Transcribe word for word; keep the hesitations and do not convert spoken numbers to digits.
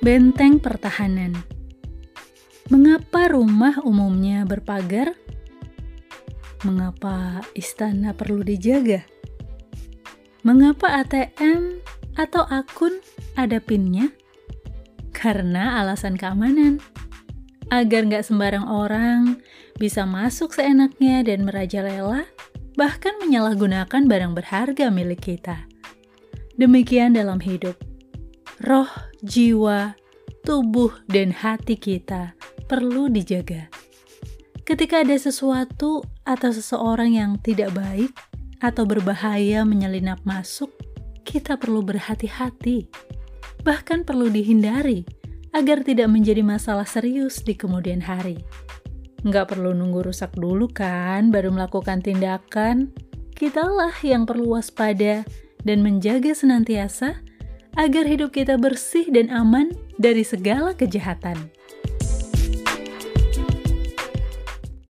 Benteng pertahanan. Mengapa rumah umumnya berpagar? Mengapa istana perlu dijaga? Mengapa A T M atau akun ada pinnya? Karena alasan keamanan. Agar nggak sembarang orang bisa masuk seenaknya dan merajalela, bahkan menyalahgunakan barang berharga milik kita. Demikian dalam hidup. Roh, jiwa, tubuh, dan hati kita perlu dijaga. Ketika ada sesuatu atau seseorang yang tidak baik atau berbahaya menyelinap masuk, kita perlu berhati-hati, bahkan perlu dihindari agar tidak menjadi masalah serius di kemudian hari. Nggak perlu nunggu rusak dulu kan, baru melakukan tindakan. Kitalah yang perlu waspada dan menjaga senantiasa agar hidup kita bersih dan aman dari segala kejahatan.